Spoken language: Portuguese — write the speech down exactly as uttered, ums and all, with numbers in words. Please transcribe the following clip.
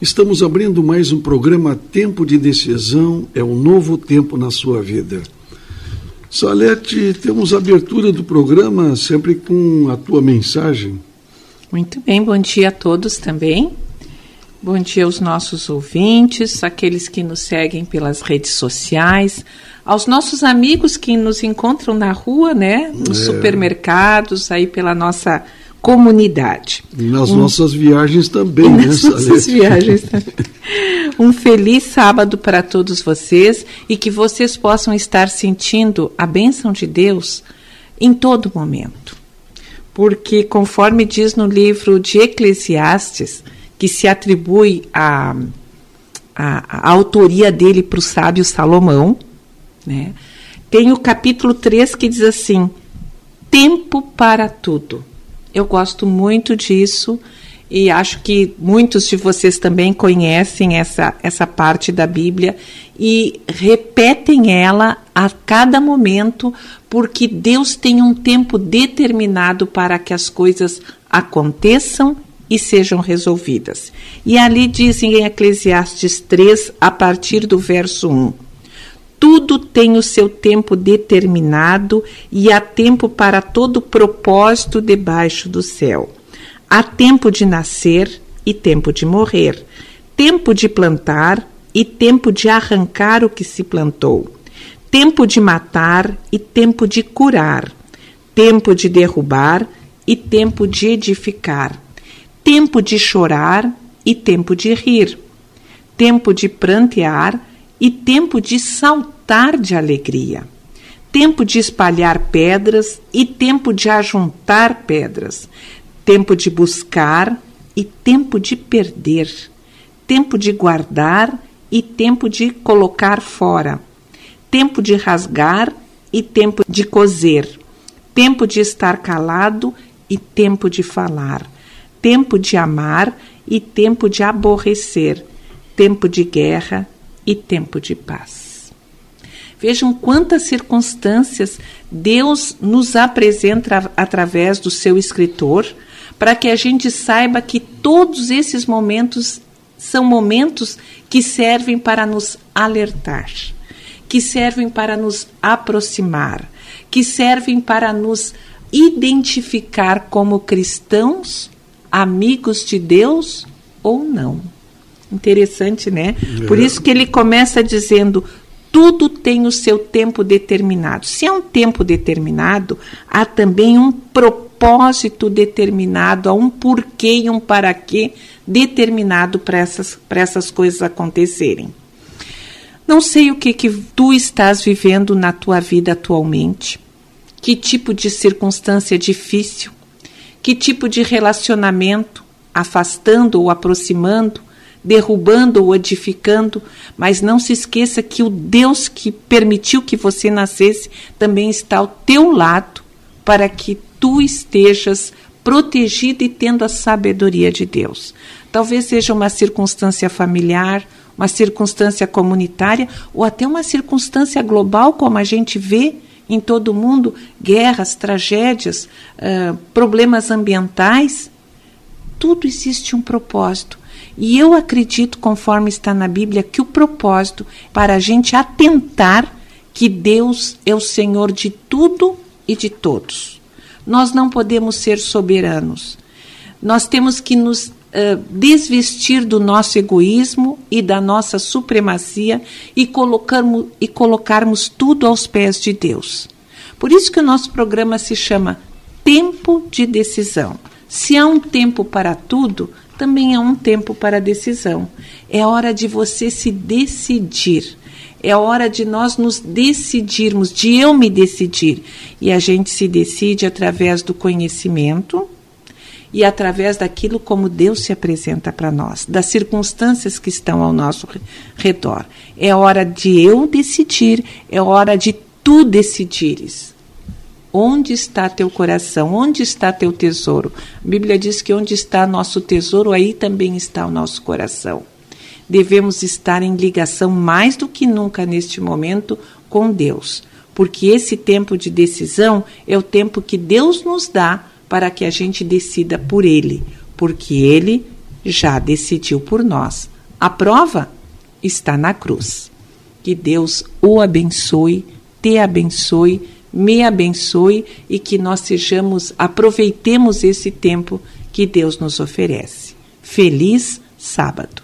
Estamos abrindo mais um programa Tempo de Decisão, é um novo tempo na sua vida. Salete, temos a abertura do programa sempre com a tua mensagem. Muito bem, bom dia a todos também. Bom dia aos nossos ouvintes, aqueles que nos seguem pelas redes sociais, aos nossos amigos que nos encontram na rua, né, nos é. supermercados, aí pela nossa comunidade. E nas um... nossas viagens também, e né, nas nossas viagens também. Um feliz sábado para todos vocês e que vocês possam estar sentindo a bênção de Deus em todo momento. Porque, conforme diz no livro de Eclesiastes, que se atribui a, a, a autoria dele para o sábio Salomão, né, tem o capítulo três que diz assim: tempo para tudo. Eu gosto muito disso e acho que muitos de vocês também conhecem essa, essa parte da Bíblia e repetem ela a cada momento, porque Deus tem um tempo determinado para que as coisas aconteçam e sejam resolvidas. E ali dizem em Eclesiastes três, a partir do verso um: tudo tem o seu tempo determinado e há tempo para todo propósito debaixo do céu. Há tempo de nascer e tempo de morrer, tempo de plantar e tempo de arrancar o que se plantou, tempo de matar e tempo de curar, tempo de derrubar e tempo de edificar, tempo de chorar e tempo de rir, tempo de prantear e tempo de saltar de alegria, tempo de espalhar pedras e tempo de ajuntar pedras, tempo de buscar e tempo de perder, tempo de guardar e tempo de colocar fora, tempo de rasgar e tempo de coser, tempo de estar calado e tempo de falar, tempo de amar e tempo de aborrecer, tempo de guerra e tempo de paz. Vejam quantas circunstâncias Deus nos apresenta através do seu escritor, para que a gente saiba que todos esses momentos são momentos que servem para nos alertar, que servem para nos aproximar, que servem para nos identificar como cristãos, amigos de Deus ou não. Interessante, né? É. Por isso que ele começa dizendo: tudo tem o seu tempo determinado. Se há um tempo determinado, há também um propósito determinado, há um porquê e um para quê determinado para essas, para essas coisas acontecerem. Não sei o que, que tu estás vivendo na tua vida atualmente, que tipo de circunstância difícil, que tipo de relacionamento, afastando ou aproximando, derrubando ou edificando, mas não se esqueça que o Deus que permitiu que você nascesse também está ao teu lado para que tu estejas protegido e tendo a sabedoria de Deus. Talvez seja uma circunstância familiar, uma circunstância comunitária ou até uma circunstância global, como a gente vê em todo o mundo, guerras, tragédias, uh, problemas ambientais. Tudo existe um propósito. E eu acredito, conforme está na Bíblia, que o propósito para a gente atentar que Deus é o Senhor de tudo e de todos. Nós não podemos ser soberanos. Nós temos que nos uh, desvestir do nosso egoísmo e da nossa supremacia e colocarmos, e colocarmos tudo aos pés de Deus. Por isso que o nosso programa se chama Tempo de Decisão. Se há um tempo para tudo, também há um tempo para decisão. É hora de você se decidir. É hora de nós nos decidirmos, de eu me decidir. E a gente se decide através do conhecimento e através daquilo como Deus se apresenta para nós, das circunstâncias que estão ao nosso redor. É hora de eu decidir, é hora de tu decidires. Onde está teu coração? Onde está teu tesouro? A Bíblia diz que onde está nosso tesouro, aí também está o nosso coração. Devemos estar em ligação mais do que nunca neste momento com Deus, porque esse tempo de decisão é o tempo que Deus nos dá para que a gente decida por Ele, porque Ele já decidiu por nós. A prova está na cruz. Que Deus o abençoe, te abençoe, me abençoe e que nós sejamos, aproveitemos esse tempo que Deus nos oferece. Feliz sábado.